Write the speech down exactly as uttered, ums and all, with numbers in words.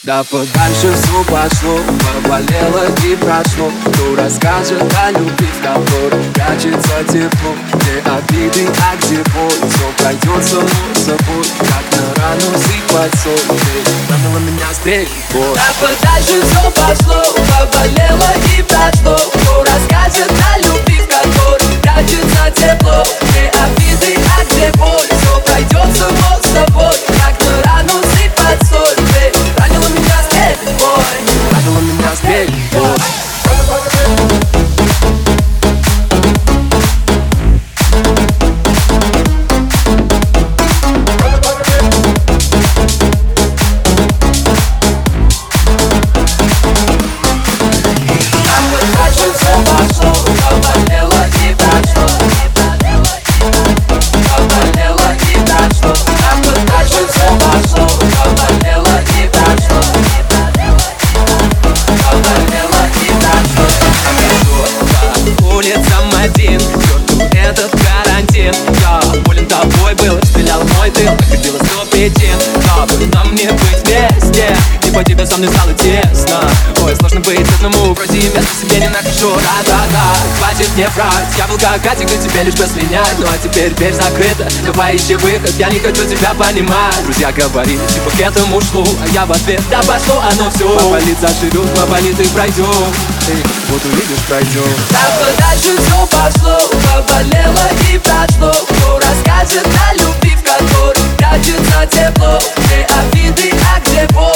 Да подальше все пошло, поболело и прошло. Кто расскажет о любви, в которой прячется тепло? Где обиды, а где боль? Все пройдет само собой, как на рану сыпать соль. Ты ранила меня стрельбой. Да подальше все пошло, поболело и прошло. Кто расскажет о любви, в которой прячется тепло? Где обиды, а где боль? Все пройдет само собой, как на рану сыпать соль. Ты ранила меня стрельбой, ранила меня стрельбой. Один, черту этот карантин. Я болен тобой был, стрелял мой тыл, ходила сто пятин. Но было нам не быть вместе, и по тебе со мной стало тесно. Ой, сложно быть одному, вроде места себе не нахожу. Да-да-да, хватит мне врать, я был как Катя, к тебе лишь бы слинять. Ну а теперь дверь закрыта, давай ищи выход, я не хочу тебя понимать. Друзья говорили, типа к этому шло, а я в ответ, да пошло оно все. Поболит заживет, поболит и пройдет. Вот увидишь, пройдет. Да подальше все пошло, поболело и прошло. Кто расскажет о любви, в которой прячется тепло? Где обиды, а где боль?